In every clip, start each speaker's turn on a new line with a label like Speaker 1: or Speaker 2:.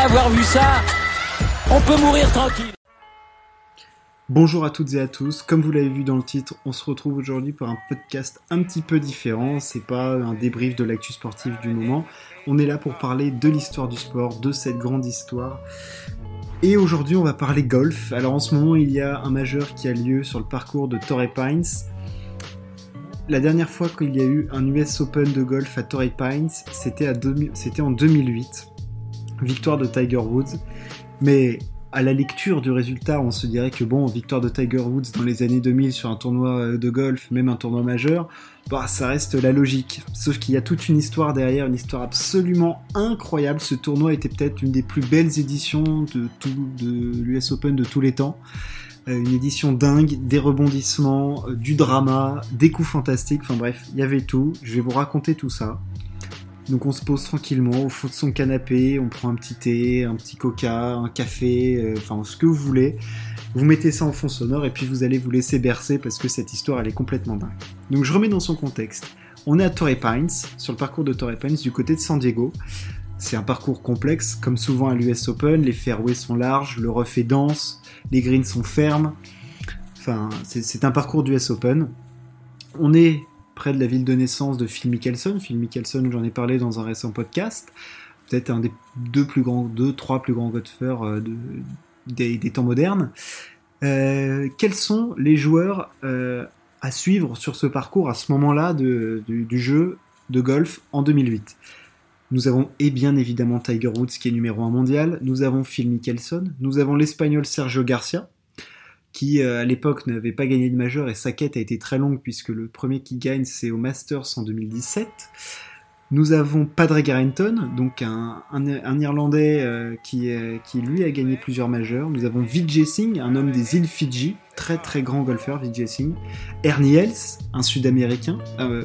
Speaker 1: avoir vu ça, on peut mourir tranquille.
Speaker 2: Bonjour à toutes et à tous, comme vous l'avez vu dans le titre, on se retrouve aujourd'hui pour un podcast un petit peu différent, c'est pas un débrief de l'actu sportive du moment, on est là pour parler de l'histoire du sport, de cette grande histoire. Et aujourd'hui on va parler golf. Alors en ce moment il y a un majeur qui a lieu sur le parcours de Torrey Pines. La dernière fois qu'il y a eu un US Open de golf à Torrey Pines, c'était en 2008, victoire de Tiger Woods, mais à la lecture du résultat, on se dirait que victoire de Tiger Woods dans les années 2000 sur un tournoi de golf, même un tournoi majeur, ça reste la logique. Sauf qu'il y a toute une histoire derrière, une histoire absolument incroyable. Ce tournoi était peut-être une des plus belles éditions de l'US Open de tous les temps. Une édition dingue, des rebondissements, du drama, des coups fantastiques, enfin bref, il y avait tout. Je vais vous raconter tout ça. Donc on se pose tranquillement au fond de son canapé, on prend un petit thé, un petit coca, un café, ce que vous voulez. Vous mettez ça en fond sonore et puis vous allez vous laisser bercer parce que cette histoire elle est complètement dingue. Donc je remets dans son contexte. On est à Torrey Pines, sur le parcours de Torrey Pines du côté de San Diego. C'est un parcours complexe, comme souvent à l'US Open, les fairways sont larges, le rough est dense, les greens sont fermes. Enfin, c'est un parcours d'US Open. On est près de la ville de naissance de Phil Mickelson. Phil Mickelson, j'en ai parlé dans un récent podcast. Peut-être un des trois plus grands golfeurs des temps modernes. Quels sont les joueurs à suivre sur ce parcours à ce moment-là du jeu de golf en 2008 ? Nous avons bien évidemment Tiger Woods qui est numéro 1 mondial. Nous avons Phil Mickelson. Nous avons l'Espagnol Sergio Garcia, qui à l'époque n'avait pas gagné de majeur et sa quête a été très longue puisque le premier qui gagne c'est au Masters en 2017. Nous avons Padraig Harrington, donc un Irlandais qui lui a gagné plusieurs majeurs. Nous avons Vijay Singh, un homme des îles Fidji, très très grand golfeur Vijay Singh. Ernie Els, un Sud-Africain,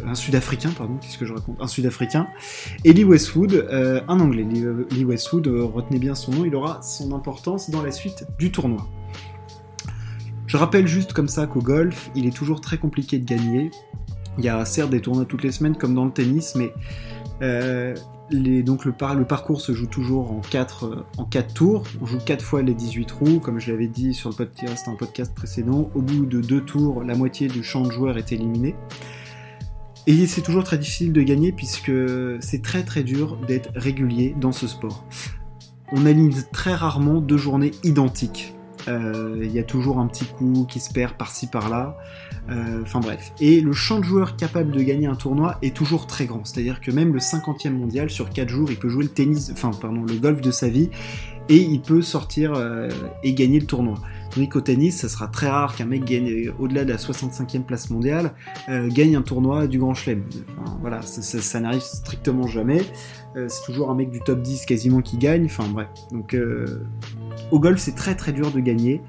Speaker 2: et Lee Westwood, un Anglais. Lee Westwood, retenez bien son nom, il aura son importance dans la suite du tournoi. Je rappelle juste comme ça qu'au golf, il est toujours très compliqué de gagner. Il y a certes des tournois toutes les semaines comme dans le tennis, mais le parcours se joue toujours en 4 tours. On joue 4 fois les 18 trous, comme je l'avais dit sur un podcast précédent. Au bout de 2 tours, la moitié du champ de joueurs est éliminée. Et c'est toujours très difficile de gagner puisque c'est très très dur d'être régulier dans ce sport. On aligne très rarement 2 journées identiques. Il y a toujours un petit coup qui se perd par-ci par-là, bref. Et le champ de joueurs capable de gagner un tournoi est toujours très grand, c'est-à-dire que même le 50e mondial, sur 4 jours, il peut jouer le golf de sa vie, et il peut sortir et gagner le tournoi. Tandis qu'au tennis, ça sera très rare qu'un mec gagne au-delà de la 65e place mondiale, gagne un tournoi du Grand Chelem. Ça n'arrive strictement jamais. C'est toujours un mec du top 10 quasiment qui gagne, Donc au golf, c'est très très dur de gagner.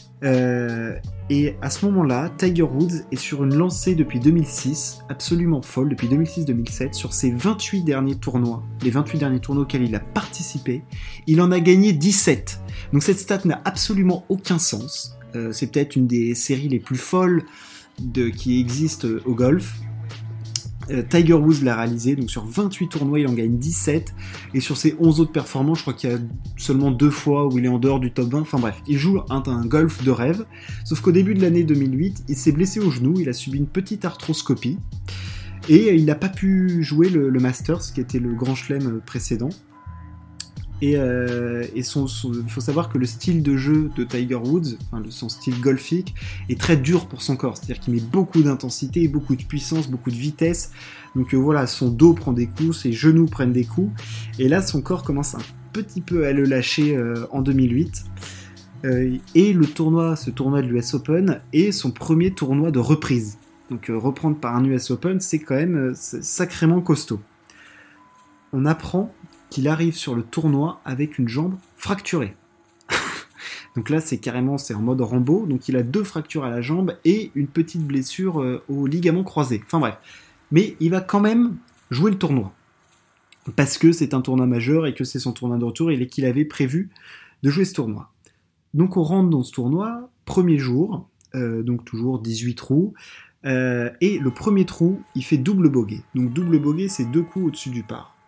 Speaker 2: Et à ce moment-là, Tiger Woods est sur une lancée depuis 2006, absolument folle, depuis 2006-2007, sur ses 28 derniers tournois, les 28 derniers tournois auxquels il a participé, il en a gagné 17. Donc cette stat n'a absolument aucun sens. C'est peut-être une des séries les plus folles qui existent au golf. Tiger Woods l'a réalisé, donc sur 28 tournois, il en gagne 17, et sur ses 11 autres performances, je crois qu'il y a seulement 2 fois où il est en dehors du top 20, il joue un golf de rêve, sauf qu'au début de l'année 2008, il s'est blessé au genou, il a subi une petite arthroscopie, et il n'a pas pu jouer le Masters, qui était le Grand Chelem précédent. Et il faut savoir que le style de jeu de Tiger Woods, son style golfique, est très dur pour son corps. C'est-à-dire qu'il met beaucoup d'intensité, beaucoup de puissance, beaucoup de vitesse. Donc son dos prend des coups, ses genoux prennent des coups. Et là, son corps commence un petit peu à le lâcher en 2008. Et ce tournoi de l'US Open est son premier tournoi de reprise. Donc reprendre par un US Open, c'est quand même sacrément costaud. On apprend qu'il arrive sur le tournoi avec une jambe fracturée. Donc là, c'est en mode Rambo. Donc il a 2 fractures à la jambe et une petite blessure au ligament croisé. Mais il va quand même jouer le tournoi. Parce que c'est un tournoi majeur et que c'est son tournoi de retour et qu'il avait prévu de jouer ce tournoi. Donc on rentre dans ce tournoi, premier jour, donc toujours 18 trous. Et le premier trou, il fait double bogey. Donc double bogey, c'est 2 coups au-dessus du par.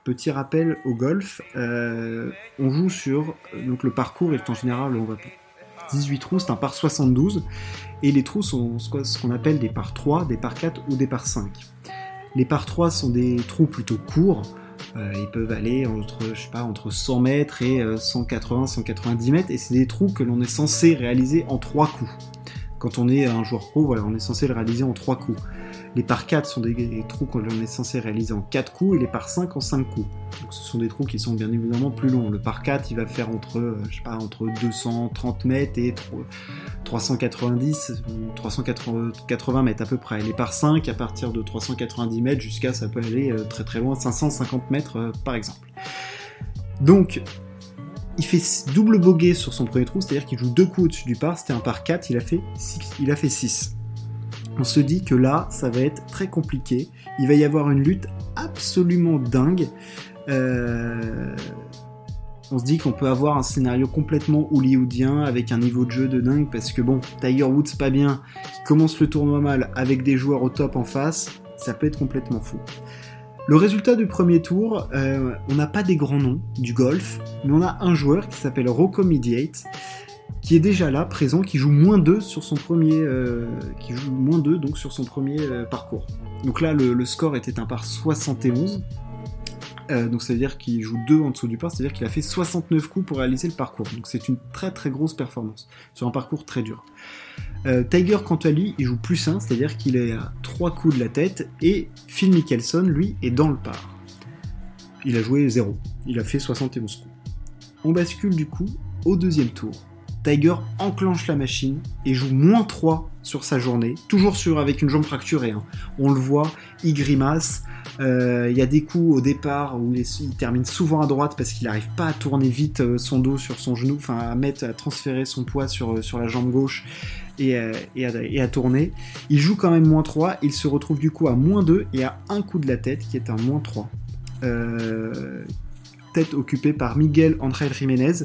Speaker 2: petit rappel au golf, on joue sur... Donc le parcours est en général, on va 18 trous, c'est un par 72, et les trous sont ce qu'on appelle des par 3, des par 4 ou des par 5. Les par 3 sont des trous plutôt courts, ils peuvent aller entre 100 mètres et 180-190 mètres, et c'est des trous que l'on est censé réaliser en 3 coups. Quand on est un joueur pro, voilà, on est censé le réaliser en 3 coups. Les par 4 sont des trous que l'on est censé réaliser en 4 coups, et les par 5 en 5 coups. Donc ce sont des trous qui sont bien évidemment plus longs. Le par 4, il va faire entre 230 mètres et 380 mètres à peu près. Les par 5, à partir de 390 mètres jusqu'à, ça peut aller très très loin, 550 mètres par exemple. Donc, il fait double bogey sur son premier trou, c'est-à-dire qu'il joue 2 coups au-dessus du par, c'était un par 4, il a fait 6. On se dit que là, ça va être très compliqué, il va y avoir une lutte absolument dingue, on se dit qu'on peut avoir un scénario complètement hollywoodien, avec un niveau de jeu de dingue, parce que bon, Tiger Woods pas bien, qui commence le tournoi mal, avec des joueurs au top en face, ça peut être complètement fou. Le résultat du premier tour, on n'a pas des grands noms du golf, mais on a un joueur qui s'appelle Rocco Mediate, qui est déjà là, présent, qui joue -2 sur son premier, donc sur son premier parcours. Donc là, le score était un par 71, donc ça veut dire qu'il joue 2 en dessous du par, c'est-à-dire qu'il a fait 69 coups pour réaliser le parcours. Donc c'est une très très grosse performance, sur un parcours très dur. Tiger, quant à lui, il joue +1, c'est-à-dire qu'il est à 3 coups de la tête, et Phil Mickelson, lui, est dans le par. Il a joué 0, il a fait 71 coups. On bascule du coup au deuxième tour. Tiger enclenche la machine et joue -3 sur sa journée, toujours avec une jambe fracturée, hein. On le voit, il grimace, il y a des coups au départ où il termine souvent à droite parce qu'il n'arrive pas à tourner vite son dos sur son genou, enfin à transférer son poids sur la jambe gauche et à tourner. Il joue quand même -3, il se retrouve du coup à -2 et à un coup de la tête qui est un -3. Tête occupée par Miguel Ángel Jiménez,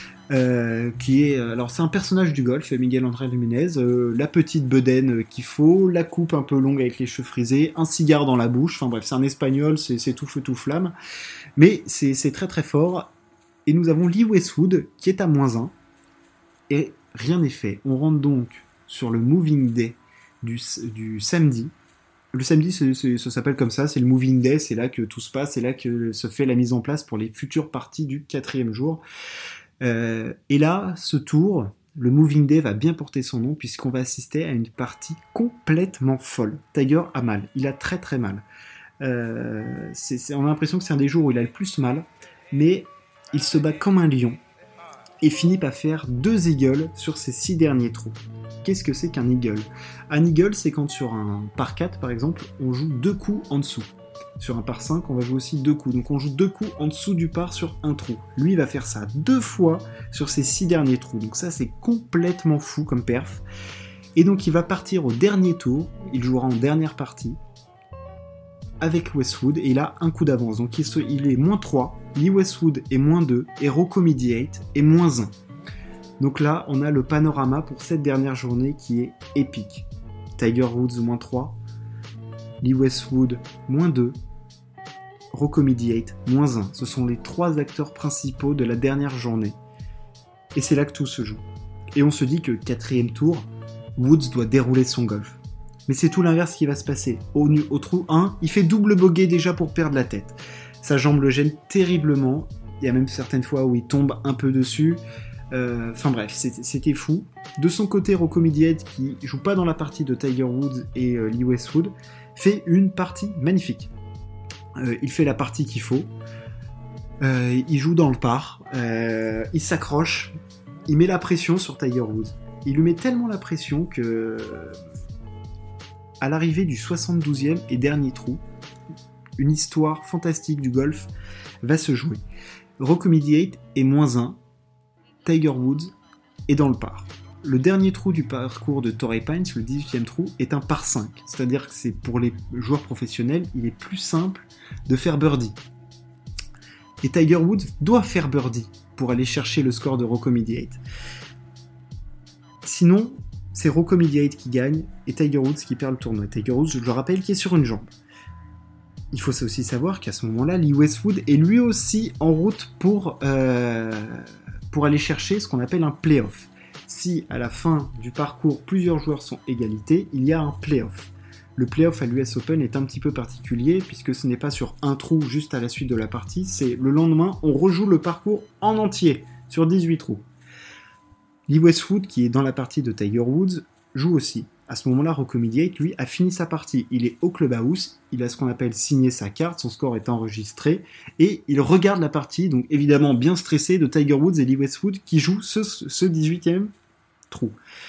Speaker 2: qui est... Alors c'est un personnage du golf, Miguel Ángel Jiménez, la petite bedaine qu'il faut, la coupe un peu longue avec les cheveux frisés, un cigare dans la bouche, enfin bref, c'est un espagnol, c'est tout feu tout flamme, mais c'est très très fort. Et nous avons Lee Westwood qui est à -1, et rien n'est fait. On rentre donc sur le moving day du samedi. Le samedi, ça s'appelle comme ça, c'est le moving day, c'est là que tout se passe, c'est là que se fait la mise en place pour les futures parties du 4e jour. Et là, ce tour, le moving day va bien porter son nom, puisqu'on va assister à une partie complètement folle. Tiger a mal, il a très très mal. On a l'impression que c'est un des jours où il a le plus mal, mais il se bat comme un lion, et finit par faire 2 eagles sur ses 6 derniers trous. Qu'est-ce que c'est qu'un eagle ? Un eagle, c'est quand sur un par 4, par exemple, on joue 2 coups en dessous. Sur un par 5, on va jouer aussi 2 coups. Donc on joue 2 coups en dessous du par sur un trou. Lui, il va faire ça 2 fois sur ses 6 derniers trous. Donc ça, c'est complètement fou comme perf. Et donc il va partir au dernier tour. Il jouera en dernière partie avec Westwood, et il a un coup d'avance. Donc il est -3, Lee Westwood est -2, et Rocco Mediate est -1. Donc là, on a le panorama pour cette dernière journée qui est épique. Tiger Woods -3, Lee Westwood -2, Rocco Mediate -1. Ce sont les 3 acteurs principaux de la dernière journée. Et c'est là que tout se joue. Et on se dit que 4e tour, Woods doit dérouler son golf. Mais c'est tout l'inverse qui va se passer. Au trou 1, il fait double bogey déjà pour perdre la tête. Sa jambe le gêne terriblement. Il y a même certaines fois où il tombe un peu dessus. Enfin bref, c'était fou. De son côté, Rocco Mediate, qui joue pas dans la partie de Tiger Woods et Lee Westwood, fait une partie magnifique. Il fait la partie qu'il faut. Il joue dans le par. Il s'accroche. Il met la pression sur Tiger Woods. Il lui met tellement la pression que... À l'arrivée du 72e et dernier trou, une histoire fantastique du golf va se jouer. Rocco Mediate est -1, Tiger Woods est dans le par. Le dernier trou du parcours de Torrey Pines, le 18e trou, est un par 5, c'est-à-dire que c'est pour les joueurs professionnels, il est plus simple de faire birdie. Et Tiger Woods doit faire birdie pour aller chercher le score de Rocco Mediate. Sinon, c'est Rocco Mediate qui gagne et Tiger Woods qui perd le tournoi. Tiger Woods, je le rappelle, qui est sur une jambe. il faut aussi savoir qu'à ce moment-là, Lee Westwood est lui aussi en route pour aller chercher ce qu'on appelle un play-off. Si à la fin du parcours, plusieurs joueurs sont égalité, il y a un play-off. Le play-off à l'US Open est un petit peu particulier puisque ce n'est pas sur un trou juste à la suite de la partie, c'est le lendemain, on rejoue le parcours en entier sur 18 trous. Lee Westwood, qui est dans la partie de Tiger Woods, joue aussi. À ce moment-là, Rocco Mediate, lui, a fini sa partie. Il est au clubhouse, il a ce qu'on appelle signé sa carte, son score est enregistré, et il regarde la partie, donc évidemment bien stressé, de Tiger Woods et Lee Westwood qui jouent ce 18e trou.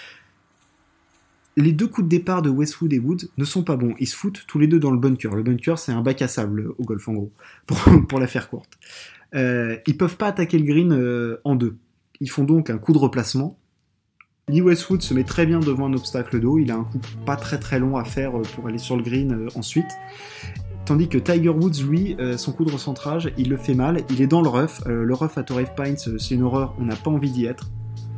Speaker 2: Les deux coups de départ de Westwood et Woods ne sont pas bons. Ils se foutent tous les deux dans le bunker. Le bunker, c'est un bac à sable au golf, en gros, pour la faire courte. Ils peuvent pas attaquer le green en deux. Ils font donc un coup de replacement. Lee Westwood se met très bien devant un obstacle d'eau. Il a un coup pas très très long à faire pour aller sur le green ensuite. Tandis que Tiger Woods, lui, son coup de recentrage, il le fait mal. Il est dans le rough. Le rough à Torrey Pines, c'est une horreur. On n'a pas envie d'y être.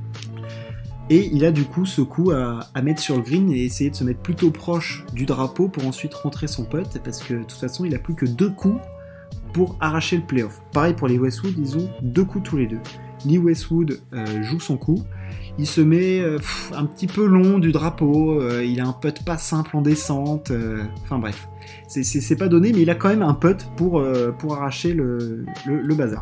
Speaker 2: Et il a du coup ce coup à mettre sur le green et essayer de se mettre plutôt proche du drapeau pour ensuite rentrer son putt, parce que de toute façon il a plus que 2 coups pour arracher le playoff. Pareil pour les Westwood, ils ont 2 coups tous les deux. Lee Westwood joue son coup, il se met un petit peu long du drapeau, il a un putt pas simple en descente, enfin bref, c'est pas donné, mais il a quand même un putt pour arracher le bazar.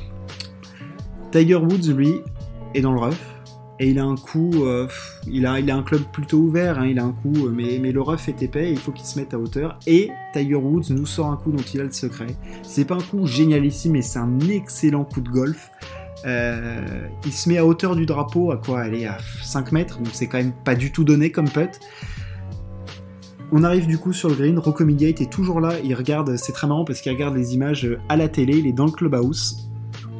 Speaker 2: Tiger Woods, lui, est dans le rough. Et il a un coup, il a un club plutôt ouvert, hein, il a un coup, mais le rough est épais, il faut qu'il se mette à hauteur. Et Tiger Woods nous sort un coup dont il a le secret. C'est pas un coup génialissime, mais c'est un excellent coup de golf. Il se met à hauteur du drapeau, à 5 mètres, donc c'est quand même pas du tout donné comme putt. On arrive du coup sur le green, Rocco Mediate est toujours là, il regarde, c'est très marrant parce qu'il regarde les images à la télé, il est dans le clubhouse.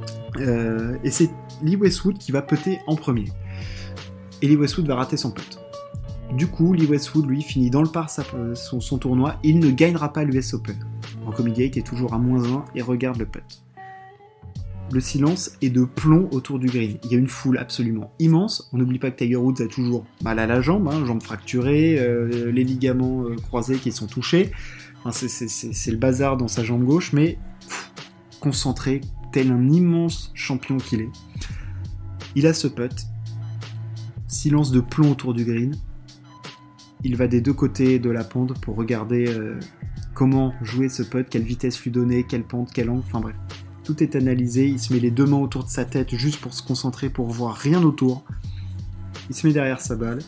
Speaker 2: Et c'est Lee Westwood qui va putter en premier. Et Lee Westwood va rater son putt. Du coup, Lee Westwood, lui, finit dans le par son tournoi. Il ne gagnera pas l'US Open. Rocco Mediate est toujours à -1 et regarde le putt. Le silence est de plomb autour du green. Il y a une foule absolument immense. On n'oublie pas que Tiger Woods a toujours mal à la jambe, jambe fracturée, les ligaments croisés qui sont touchés. Enfin, c'est le bazar dans sa jambe gauche, mais concentré, tel un immense champion qu'il est. Il a ce putt. Silence de plomb autour du green. Il va des deux côtés de la pente pour regarder comment jouer ce putt, quelle vitesse lui donner, quelle pente, quel angle, enfin bref. Tout est analysé, il se met les 2 mains autour de sa tête juste pour se concentrer, pour voir rien autour. Il se met derrière sa balle.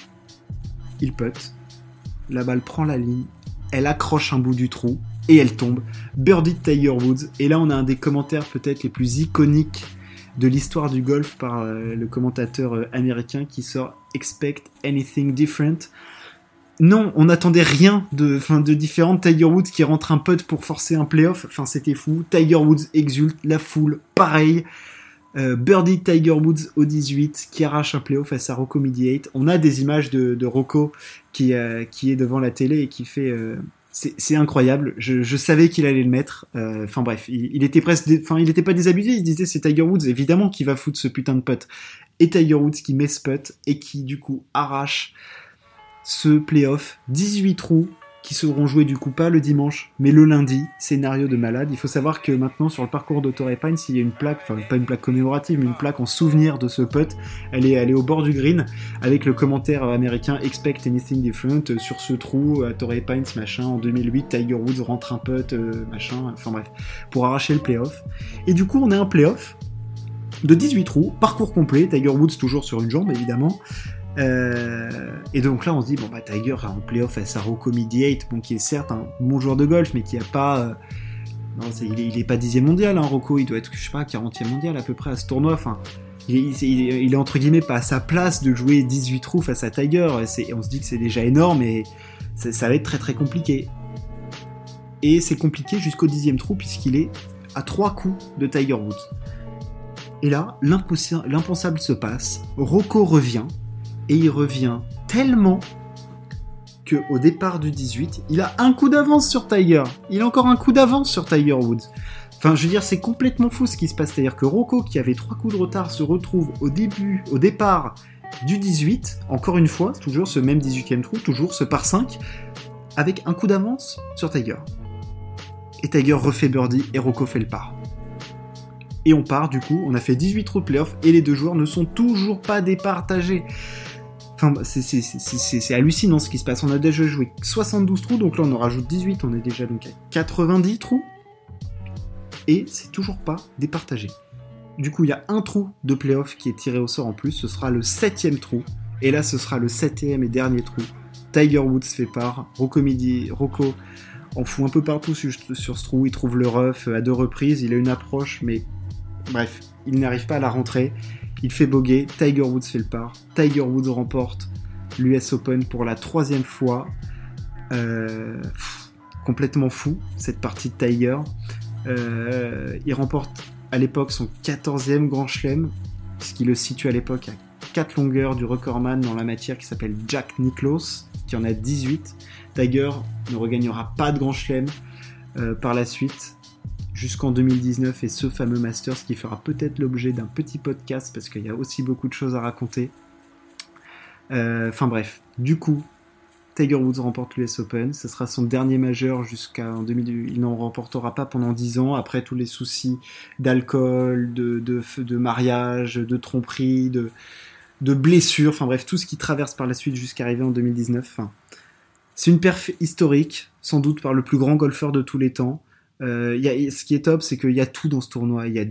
Speaker 2: Il putt. La balle prend la ligne. Elle accroche un bout du trou et elle tombe. Birdie de Tiger Woods. Et là, on a un des commentaires peut-être les plus iconiques de l'histoire du golf par le commentateur américain qui sort « Expect anything different ». Non, on n'attendait rien de différent. Tiger Woods qui rentre un putt pour forcer un playoff, enfin c'était fou. Tiger Woods exulte, la foule, pareil. Birdie Tiger Woods au 18 qui arrache un playoff face à Rocco Mediate. On a des images de Rocco qui est devant la télé et qui fait... C'est incroyable, je savais qu'il allait le mettre. Enfin bref, il était presque, il était pas désabusé. Il se disait c'est Tiger Woods évidemment qui va foutre ce putain de putt. Et Tiger Woods qui met ce putt et qui du coup arrache ce playoff. 18 trous qui seront joués du coup pas le dimanche mais le lundi. Scénario de malade. Il faut savoir que maintenant sur le parcours de Torrey Pines il y a une plaque, enfin pas une plaque commémorative mais une plaque en souvenir de ce putt. Elle est au bord du green avec le commentaire américain Expect anything different sur ce trou à Torrey Pines machin en 2008 Tiger Woods rentre un putt machin, enfin bref, pour arracher le playoff. Et du coup on a un playoff de 18 trous, parcours complet, Tiger Woods toujours sur une jambe évidemment. Et donc là on se dit Tiger en playoff face à Rocco Mediate, qui est certes un bon joueur de golf mais qui a pas il est pas 10e mondial, Rocco, il doit être 40e mondial à peu près à ce tournoi, enfin il est entre guillemets pas à sa place de jouer 18 trous face à Tiger, et on se dit que c'est déjà énorme et ça va être très très compliqué. Et c'est compliqué jusqu'au 10e trou puisqu'il est à 3 coups de Tiger Woods. Et là l'impensable se passe, Rocco revient. Et il revient tellement qu'au départ du 18, il a un coup d'avance sur Tiger. Il a encore un coup d'avance sur Tiger Woods. Enfin, je veux dire, c'est complètement fou ce qui se passe. C'est-à-dire que Rocco, qui avait 3 coups de retard, se retrouve au départ du 18, encore une fois, toujours ce même 18e trou, toujours ce par 5, avec un coup d'avance sur Tiger. et Tiger refait birdie et Rocco fait le par. Et on part du coup, on a fait 18 trous de playoff et les deux joueurs ne sont toujours pas départagés. Enfin, c'est hallucinant ce qui se passe. On a déjà joué 72 trous, donc là on en rajoute 18, on est déjà donc à 90 trous. Et c'est toujours pas départagé. Du coup, il y a un trou de playoff qui est tiré au sort en plus, ce sera le 7ème trou. Et là, ce sera le 7ème et dernier trou. Tiger Woods fait part, Rocco en fout un peu partout sur ce trou, il trouve le rough à 2 reprises, il a une approche, mais bref, il n'arrive pas à la rentrer. Il fait bogey, Tiger Woods fait le par. Tiger Woods remporte l'US Open pour la 3e fois. Complètement fou, cette partie de Tiger. Il remporte à l'époque son 14e Grand Chelem, ce qui le situe à l'époque à 4 longueurs du recordman dans la matière qui s'appelle Jack Nicklaus, qui en a 18. Tiger ne regagnera pas de Grand Chelem par la suite, jusqu'en 2019 et ce fameux Masters qui fera peut-être l'objet d'un petit podcast parce qu'il y a aussi beaucoup de choses à raconter. Enfin bref, du coup, Tiger Woods remporte l'US Open, ce sera son dernier majeur jusqu'à 2000, il n'en remportera pas pendant 10 ans, après tous les soucis d'alcool, de mariage, de tromperie, de blessures, enfin bref, tout ce qui traverse par la suite jusqu'à arriver en 2019. Enfin, c'est une perf historique, sans doute par le plus grand golfeur de tous les temps. Ce qui est top, c'est qu'il y a tout dans ce tournoi. Il y a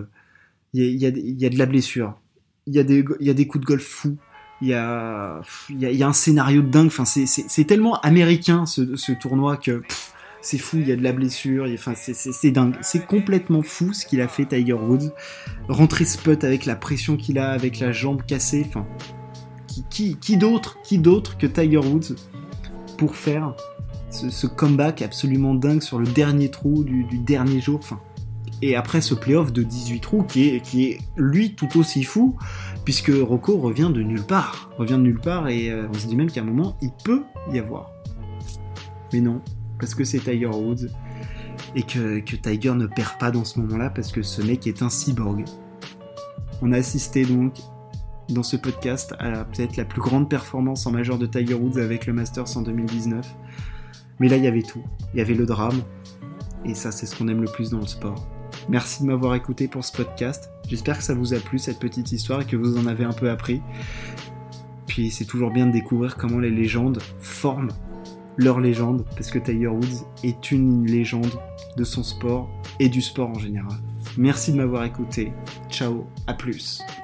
Speaker 2: de la blessure, il y a des coups de golf fous. Il y a un scénario de dingue. Enfin, c'est tellement américain ce tournoi que c'est fou. Il y a de la blessure. C'est dingue. C'est complètement fou ce qu'il a fait Tiger Woods. Rentrer ce putt avec la pression qu'il a, avec la jambe cassée. Enfin, qui d'autre que Tiger Woods pour faire ce comeback absolument dingue sur le dernier trou du dernier jour. Enfin, et après ce playoff de 18 trous qui est lui tout aussi fou, puisque Rocco revient de nulle part et on se dit même qu'à un moment il peut y avoir. Mais non, parce que c'est Tiger Woods et que Tiger ne perd pas dans ce moment-là parce que ce mec est un cyborg. On a assisté donc dans ce podcast à peut-être la plus grande performance en majeur de Tiger Woods avec le Masters en 2019. Mais là il y avait tout, il y avait le drame et ça c'est ce qu'on aime le plus dans le sport. Merci de m'avoir écouté pour ce podcast. J'espère que ça vous a plu cette petite histoire et que vous en avez un peu appris. Puis c'est toujours bien de découvrir comment les légendes forment leur légende, parce que Tiger Woods est une légende de son sport et du sport en général. Merci de m'avoir écouté. Ciao, à plus.